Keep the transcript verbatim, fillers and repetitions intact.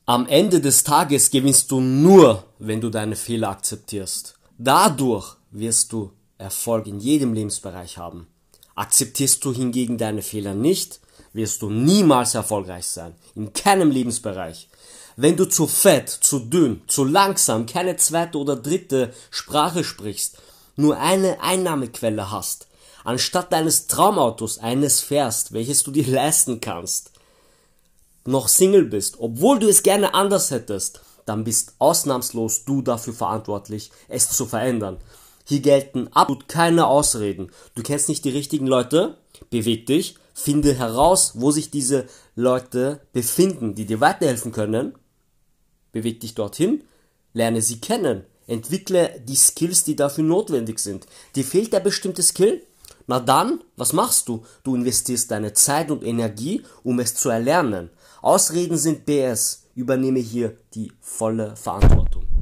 Am Ende des Tages gewinnst du nur, wenn du deine Fehler akzeptierst. Dadurch wirst du Erfolg in jedem Lebensbereich haben. Akzeptierst du hingegen deine Fehler nicht, wirst du niemals erfolgreich sein. In keinem Lebensbereich. Wenn du zu fett, zu dünn, zu langsam, keine zweite oder dritte Sprache sprichst, nur eine Einnahmequelle hast, anstatt deines Traumautos eines fährst, welches du dir leisten kannst, noch Single bist, obwohl du es gerne anders hättest, dann bist ausnahmslos du dafür verantwortlich, es zu verändern. Hier gelten absolut keine Ausreden. Du kennst nicht die richtigen Leute? Beweg dich, finde heraus, wo sich diese Leute befinden, die dir weiterhelfen können. Beweg dich dorthin, lerne sie kennen, entwickle die Skills, die dafür notwendig sind. Dir fehlt der bestimmte Skill? Na dann, was machst du? Du investierst deine Zeit und Energie, um es zu erlernen. Ausreden sind B S. Übernehme hier die volle Verantwortung.